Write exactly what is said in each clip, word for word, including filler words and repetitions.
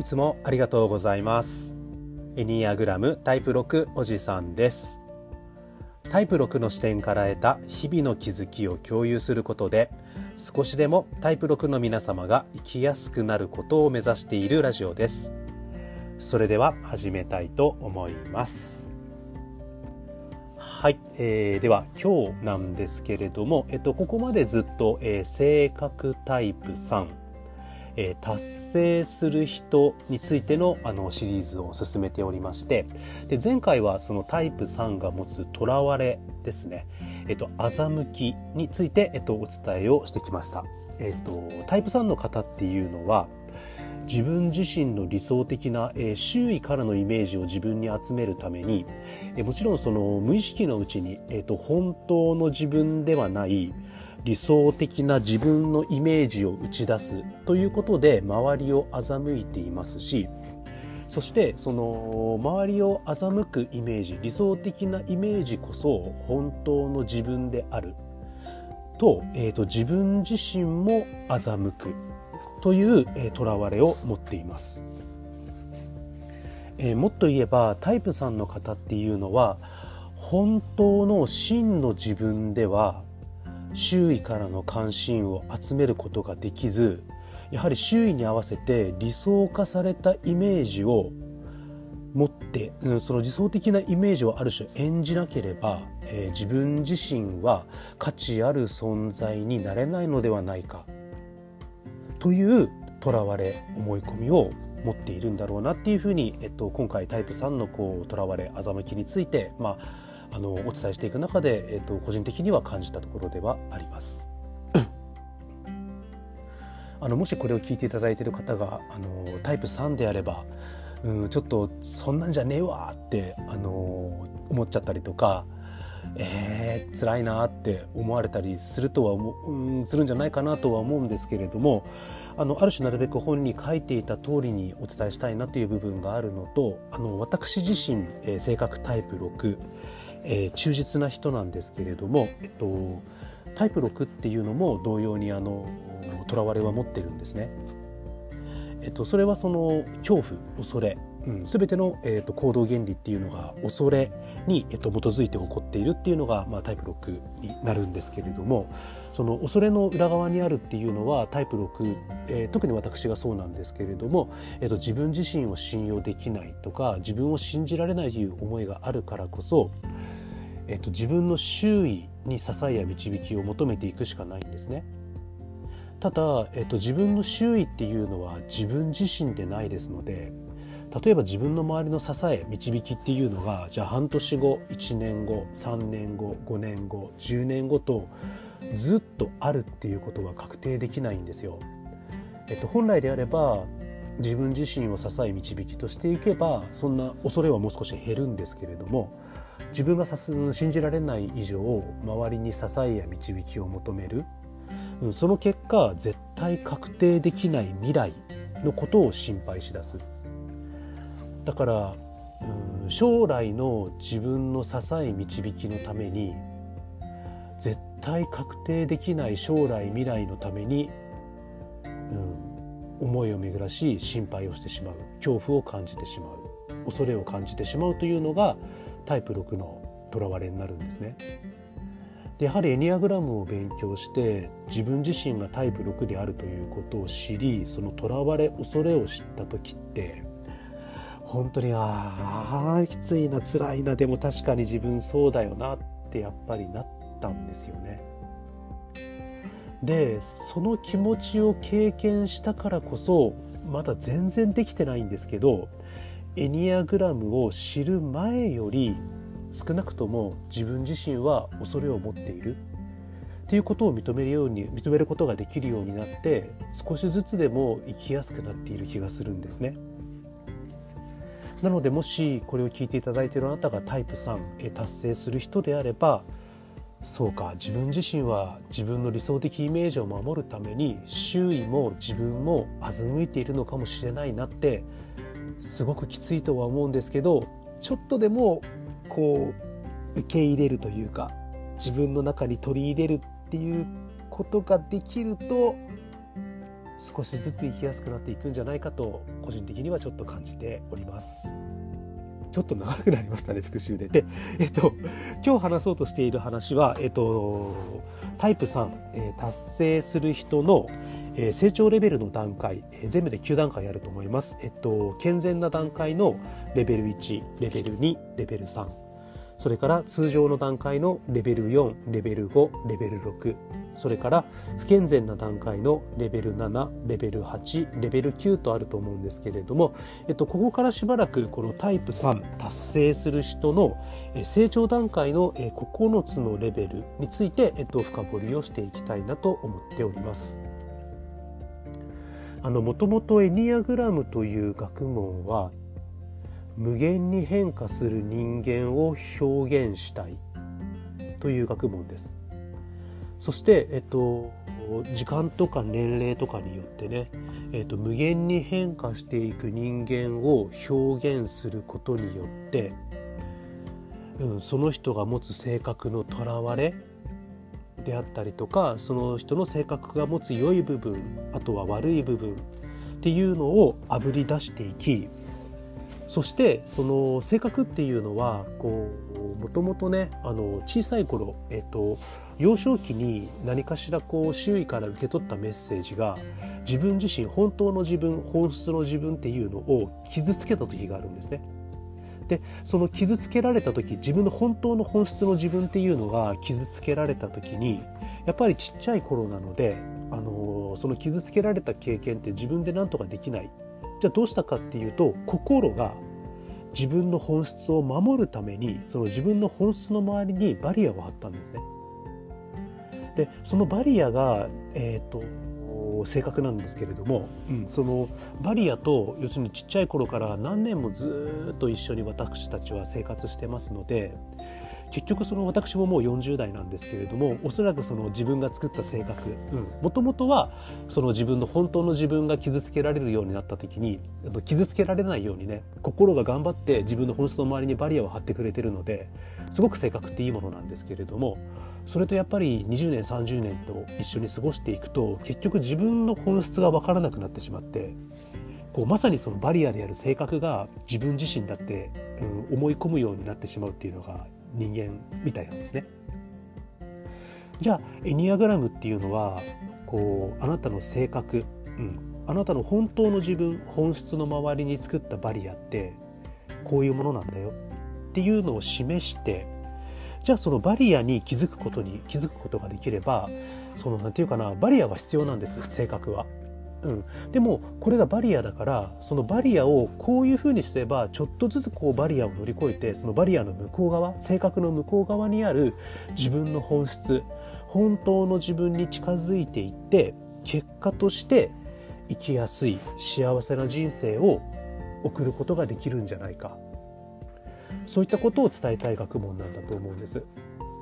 つもありがとうございます。エニアグラムタイプろくおじさんです。タイプろくの視点から得た日々の気づきを共有することで、少しでもタイプろくの皆様が生きやすくなることを目指しているラジオです。それでは始めたいと思います。はい、えー、では今日なんですけれども、えっと、ここまでずっと、えー、性格タイプさん、えー、達成する人についてのあのシリーズを進めておりまして、で前回はそのタイプさんが持つとらわれですね、えっと、欺きについて、えっと、お伝えをしてきました。えっと、タイプさんの方っていうのは自分自身の理想的な、えー、周囲からのイメージを自分に集めるために、えー、もちろんその無意識のうちに、えーと、本当の自分ではない理想的な自分のイメージを打ち出すということで周りを欺いていますし、そしてその周りを欺くイメージ、理想的なイメージこそ本当の自分であると、えーと、自分自身も欺くというとらわれを持っています。えー、もっと言えばタイプさんの方っていうのは本当の真の自分では周囲からの関心を集めることができず、やはり周囲に合わせて理想化されたイメージを持って、うん、その理想的なイメージをある種演じなければ、えー、自分自身は価値ある存在になれないのではないかというとらわれ、思い込みを持っているんだろうなっていうふうに、えっと、今回タイプさんのこうとらわれ、欺きについて、まあ、あのお伝えしていく中で、えっと、個人的には感じたところではあります。あのもしこれを聞いていただいている方があのタイプさんであれば、うん、ちょっとそんなんじゃねえわってあの思っちゃったりとか、えー、辛いなって思われたりするとは思う、うん、するんじゃないかなとは思うんですけれども、あのある種なるべく本に書いていた通りにお伝えしたいなという部分があるのと、あの私自身、えー、性格タイプろく、えー、忠実な人なんですけれども、えっと、タイプろくっていうのも同様にあのとらわれは持ってるんですね。えっと、それはその恐怖、恐れ、うん、全ての、えっと、行動原理っていうのが恐れに、えっと、基づいて起こっているっていうのが、まあ、タイプろくになるんですけれども、その恐れの裏側にあるっていうのはタイプろく、えー、特に私がそうなんですけれども、えっと、自分自身を信用できないとか自分を信じられないという思いがあるからこそ、えっと、自分の周囲に支えや導きを求めていくしかないんですね。ただ、えっと、自分の周囲っていうのは自分自身でないですので、例えば自分の周りの支え、導きっていうのがじゃあ半年後、いちねんご、さんねんご、ごねんご、じゅうねんごとずっとあるっていうことは確定できないんですよ。えっと、本来であれば自分自身を支え導きとしていけばそんな恐れはもう少し減るんですけれども、自分が信じられない以上周りに支えや導きを求める、その結果絶対確定できない未来のことを心配しだす。だから、うん、将来の自分の支え導きのために絶対確定できない将来未来のために、うん、思いを巡らし心配をしてしまう、恐怖を感じてしまう、恐れを感じてしまうというのがタイプろくのとらわれになるんですね。でやはりエニアグラムを勉強して自分自身がタイプろくであるということを知り、そのとらわれ恐れを知った時って本当にああきついな、辛いな、でも確かに自分そうだよなってやっぱりなったんですよね。でその気持ちを経験したからこそまだ全然できてないんですけど、エニアグラムを知る前より少なくとも自分自身は恐れを持っているっていうことを認めるように認めることができるようになって、少しずつでも生きやすくなっている気がするんですね。なのでもしこれを聞いていただいているあなたがタイプさん達成する人であれば、そうか、自分自身は自分の理想的イメージを守るために周囲も自分も欺いているのかもしれないなって、すごくきついとは思うんですけど、ちょっとでもこう受け入れるというか自分の中に取り入れるっていうことができると少しずつ生きやすくなっていくんじゃないかと個人的にはちょっと感じております。ちょっと長くなりましたね、復習で。で、えっと、今日話そうとしている話は、えっと、タイプさん、えー、達成する人の、えー、成長レベルの段階、えー、全部できゅう段階あると思います。えっと、健全な段階のレベルいち、レベルに、レベルさん、それから通常の段階のレベルよん、レベルご、レベルろく、それから不健全な段階のレベルなな、レベルはち、レベルきゅうとあると思うんですけれども、えっと、ここからしばらくこのタイプさん達成する人の成長段階のここのつのレベルについて、えっと、深掘りをしていきたいなと思っております。あの、もともとエニアグラムという学問は無限に変化する人間を表現したいという学問です。そして、えっと、時間とか年齢とかによってね、えっと、無限に変化していく人間を表現することによって、うん、その人が持つ性格のとらわれであったりとか、その人の性格が持つ良い部分、あとは悪い部分っていうのをあぶり出していき、そしてその性格っていうのはこうもともとね、あの小さい頃、えっと、幼少期に何かしらこう周囲から受け取ったメッセージが自分自身、本当の自分、本質の自分っていうのを傷つけた時があるんですね。で、その傷つけられた時、自分の本当の本質の自分っていうのが傷つけられた時に、やっぱりちっちゃい頃なので、あのその傷つけられた経験って自分で何とかできない。じゃあどうしたかっていうと、心が自分の本質を守るためにその自分の本質の周りにバリアを張ったんですね。で、そのバリアが、えーと、性格なんですけれども、うん、そのバリアと、要するにちっちゃい頃から何年もずっと一緒に私たちは生活してますので、結局その私ももうよんじゅう代なんですけれども、おそらくその自分が作った性格、もともとはその自分の本当の自分が傷つけられるようになった時に、傷つけられないようにね、心が頑張って自分の本質の周りにバリアを張ってくれてるので、すごく性格っていいものなんですけれども、それとやっぱりにじゅうねんさんじゅうねんと一緒に過ごしていくと、結局自分の本質が分からなくなってしまって、こうまさにそのバリアである性格が自分自身だって、うん、思い込むようになってしまうっていうのが人間みたいなんですね。じゃあエニアグラムっていうのはこうあなたの性格、うん、あなたの本当の自分、本質の周りに作ったバリアってこういうものなんだよっていうのを示して、じゃあそのバリアに気づくことに気づくことができれば、そのなんていうかな、バリアは必要なんです、性格は。うん、でもこれがバリアだから、そのバリアをこういうふうにすればちょっとずつこうバリアを乗り越えて、そのバリアの向こう側、性格の向こう側にある自分の本質、本当の自分に近づいていって、結果として生きやすい幸せな人生を送ることができるんじゃないか、そういったことを伝えたい学問なんだと思うんです。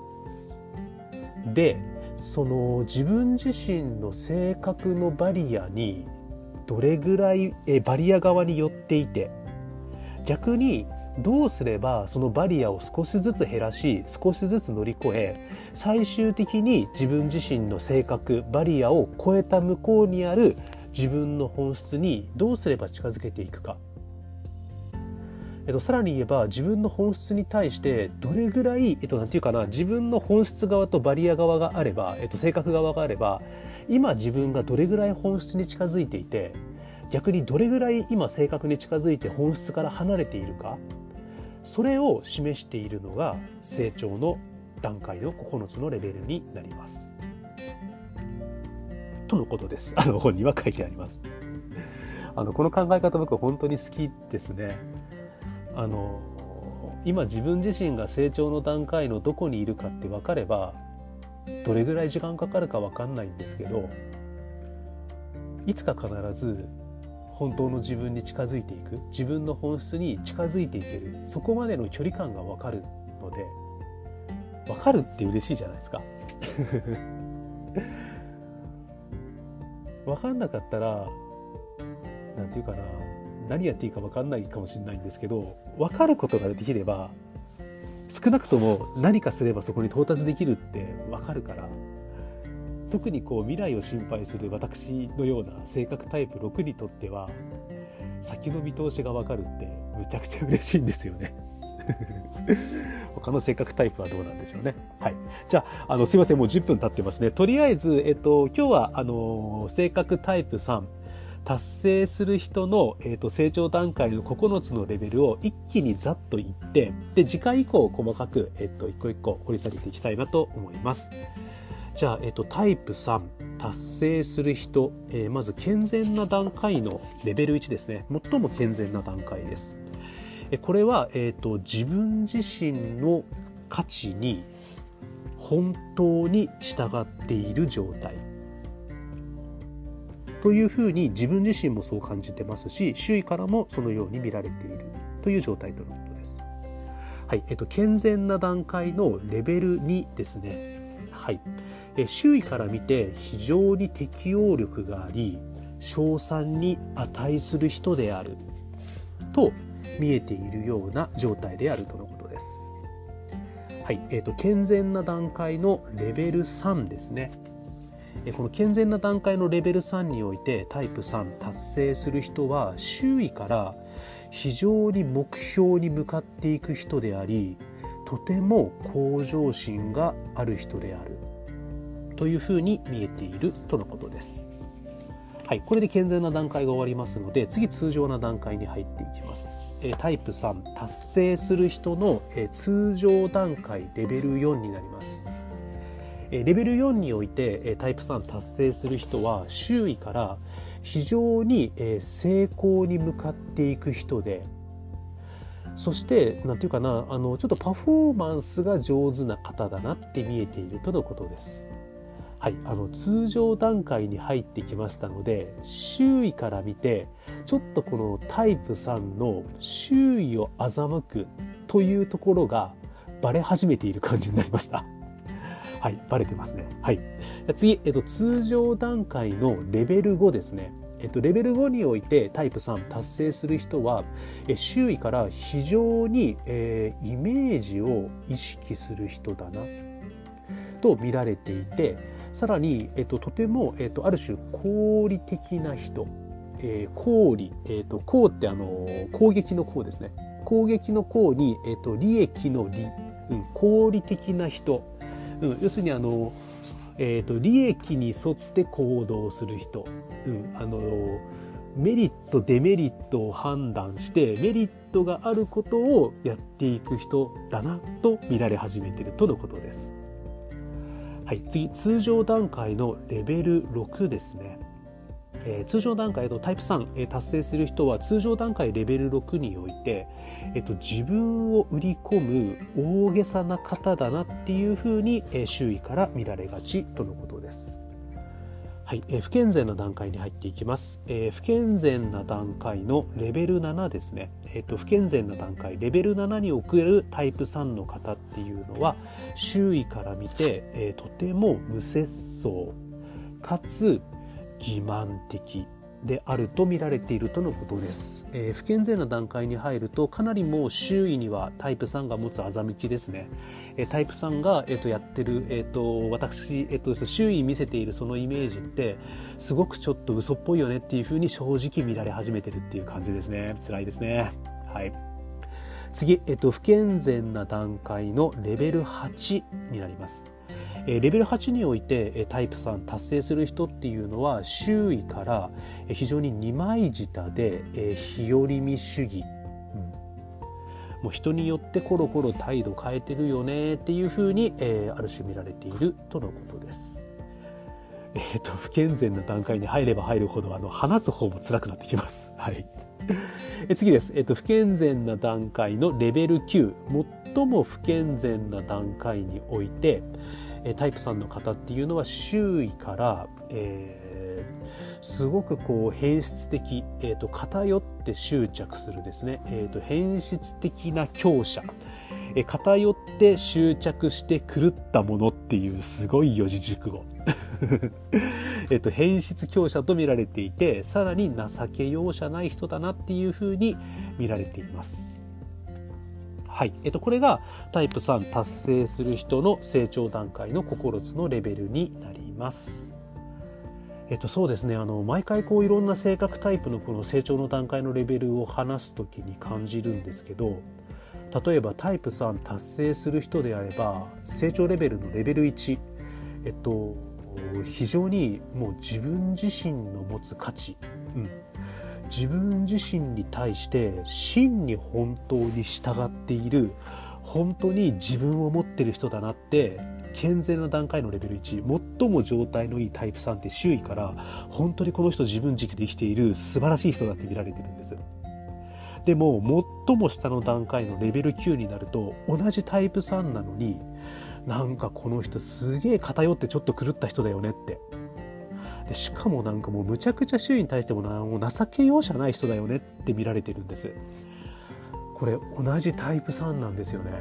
で、その自分自身の性格のバリアにどれぐらいえバリア側に寄っていて、逆にどうすればそのバリアを少しずつ減らし、少しずつ乗り越え、最終的に自分自身の性格バリアを超えた向こうにある自分の本質にどうすれば近づけていくか。えっと、さらに言えば自分の本質に対してどれぐらい、えっと、なんていうかな、自分の本質側とバリア側があれば、えっと、性格側があれば、今自分がどれぐらい本質に近づいていて、逆にどれぐらい今性格に近づいて本質から離れているか、それを示しているのが成長の段階のここのつのレベルになります。とのことです。あの本には書いてあります。あのこの考え方僕は本当に好きですね。あの今自分自身が成長の段階のどこにいるかって分かれば、どれぐらい時間かかるか分かんないんですけど、いつか必ず本当の自分に近づいていく、自分の本質に近づいていける、そこまでの距離感が分かるので、分かるって嬉しいじゃないですか。分かんなかったらなんていうかな、何やっていいか分かんないかもしれないんですけど、分かることができれば、少なくとも何かすればそこに到達できるって分かるから、 特にこう未来を心配する私のような性格タイプろくにとっては、先の見通しが分かるってむちゃくちゃ嬉しいんですよね他の性格タイプはどうなんでしょうね。はい。じゃあ、あのすいません、もうじゅっぷん経ってますね。とりあえず、えっと、今日はあの性格タイプさん達成する人の、えー、と成長段階のここのつのレベルを一気にざっと言って、で次回以降細かく、えー、と一個一個掘り下げていきたいなと思います。じゃあ、えー、とタイプさん達成する人、えー、まず健全な段階のレベルいちですね。最も健全な段階です。えこれは、えー、と自分自身の価値に本当に従っている状態というふうに自分自身もそう感じてますし、周囲からもそのように見られているという状態とのことです。はい、えっと、健全な段階のレベルにですね。はい、え周囲から見て非常に適応力があり、称賛に値する人であると見えているような状態であるとのことです。はい、えっと、健全な段階のレベルさんですね。この健全な段階のレベルさんにおいてタイプさん達成する人は周囲から非常に目標に向かっていく人であり、とても向上心がある人であるというふうに見えているとのことです。はい、これで健全な段階が終わりますので、次通常な段階に入っていきます。タイプさん達成する人の通常段階レベルよんになります。レベルよんにおいてタイプさん達成する人は周囲から非常に成功に向かっていく人で、そしてなんていうかな、あのちょっとパフォーマンスが上手な方だなって見えているとのことです。はい、あの通常段階に入ってきましたので、周囲から見てちょっとこのタイプさんの周囲を欺くというところがバレ始めている感じになりました。はい、バレてますね。はい。次、えっと、通常段階のレベルごですね。えっと、レベルごにおいてタイプさん達成する人は、え周囲から非常に、えー、イメージを意識する人だなと見られていて、さらに、えっと、とても、えっと、ある種功利的な人、えー、功利、えっと、功ってあの攻撃の功ですね。攻撃の功に、えっと、利益の利、うん、功利的な人。うん、要するにあの、えーと、利益に沿って行動する人、うん、あのメリットデメリットを判断してメリットがあることをやっていく人だなと見られ始めているとのことです。はい、次通常段階のレベルろくですね。えー、通常段階のタイプさん、えー、達成する人は通常段階レベルろくにおいて、えー、と自分を売り込む大げさな方だなっていうふうに、えー、周囲から見られがちとのことです。はい、えー、不健全な段階に入っていきます。えー、不健全な段階のレベルななですね。えー、と不健全な段階レベルななに送れるタイプさんの方っていうのは周囲から見て、えー、とても無節操かつ欺瞞的であると見られているとのことです。えー、不健全な段階に入るとかなりもう周囲にはタイプさんが持つ欺きですね。えー、タイプさんが、えー、とやってる、えー、と私、えー、と周囲に見せているそのイメージってすごくちょっと嘘っぽいよねっていうふうに正直見られ始めてるっていう感じですね。辛いですね。はい。次、えー、と不健全な段階のレベルはちになります。レベルはちにおいてタイプさん達成する人っていうのは周囲から非常に二枚舌で日和見主義、うん、もう人によってコロコロ態度変えてるよねっていうふうにある種見られているとのことです。えーと、不健全な段階に入れば入るほどあの話す方も辛くなってきます。はい。え次です。えっと、不健全な段階のレベルきゅう、最も不健全な段階においてタイプさんの方っていうのは周囲から、えー、すごくこう変質的、えーと、偏って執着するですね、えーと、変質的な強者、えー、偏って執着して狂ったものっていうすごい四字熟語えと変質強者と見られていて、さらに情け容赦ない人だなっていうふうに見られています。はい、えっと、これがタイプさん達成する人の成長段階のこころつのレベルになります。えっとそうですね、あの毎回こういろんな性格タイプのこの成長の段階のレベルを話すときに感じるんですけど、例えばタイプさん達成する人であれば成長レベルのレベルいち、えっと非常にもう自分自身の持つ価値、うん、自分自身に対して真に本当に従っている、本当に自分を持ってる人だなって健全な段階のレベルいち、最も状態のいいタイプさんって周囲から本当にこの人自分軸で生きている素晴らしい人だって見られてるんです。でも最も下の段階のレベルきゅうになると同じタイプさんなのに、なんかこの人すげえ偏ってちょっと狂った人だよねって、でしかもなんかもうむちゃくちゃ周囲に対してもなもう情け容赦ない人だよねって見られてるんです。これ同じタイプさんなんですよね。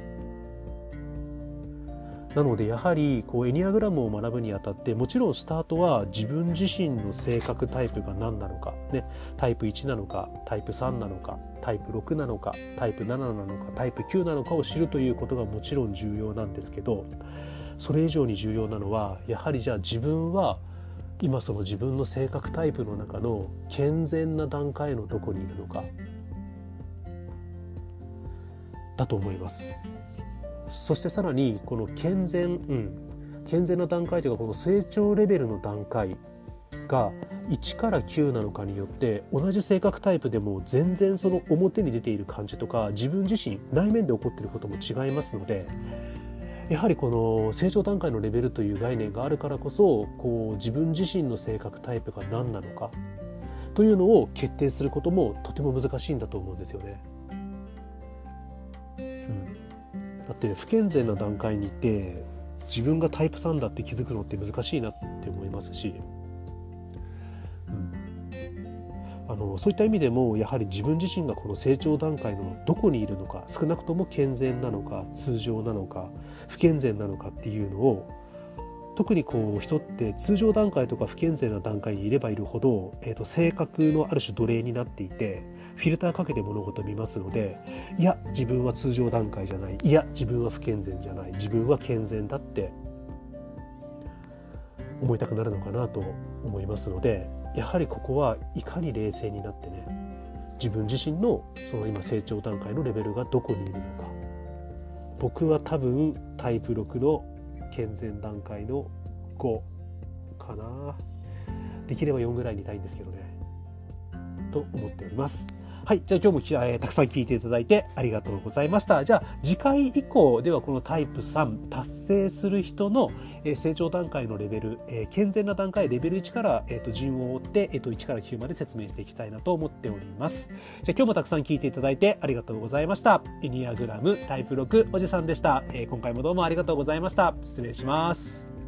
なのでやはりこうエニアグラムを学ぶにあたって、もちろんスタートは自分自身の性格タイプが何なのか、ね、タイプいちなのかタイプさんなのかタイプろくなのかタイプなななのかタイプきゅうなのかを知るということがもちろん重要なんですけど、それ以上に重要なのはやはりじゃあ自分は今その自分の性格タイプの中の健全な段階のどこにいるのかだと思います。そしてさらにこの健全、うん、健全な段階というかこの成長レベルの段階がいちからきゅうなのかによって同じ性格タイプでも全然その表に出ている感じとか自分自身内面で起こっていることも違いますので、やはりこの成長段階のレベルという概念があるからこそ、こう自分自身の性格タイプが何なのかというのを決定することもとても難しいんだと思うんですよね。だって不健全な段階にいて自分がタイプさんだって気づくのって難しいなって思いますし、うん、あのそういった意味でもやはり自分自身がこの成長段階のどこにいるのか、少なくとも健全なのか通常なのか不健全なのかっていうのを、特にこう人って通常段階とか不健全な段階にいればいるほど、えーと、性格のある種奴隷になっていてフィルターかけて物事を見ますので、いや自分は通常段階じゃない、いや自分は不健全じゃない、自分は健全だって思いたくなるのかなと思いますので、やはりここはいかに冷静になってね、自分自身のその今成長段階のレベルがどこにいるのか。僕は多分タイプろくの健全段階のごかな。できればよんぐらいにいたいんですけどねと思っております。はい、じゃあ今日も、えー、たくさん聞いていただいてありがとうございました。じゃあ次回以降ではこのタイプさん達成する人の、えー、成長段階のレベル、えー、健全な段階レベルいちから、えー、と順を追って、えー、といちからきゅうまで説明していきたいなと思っております。じゃあ今日もたくさん聞いていただいてありがとうございました。エニアグラムタイプろくおじさんでした。えー、今回もどうもありがとうございました。失礼します。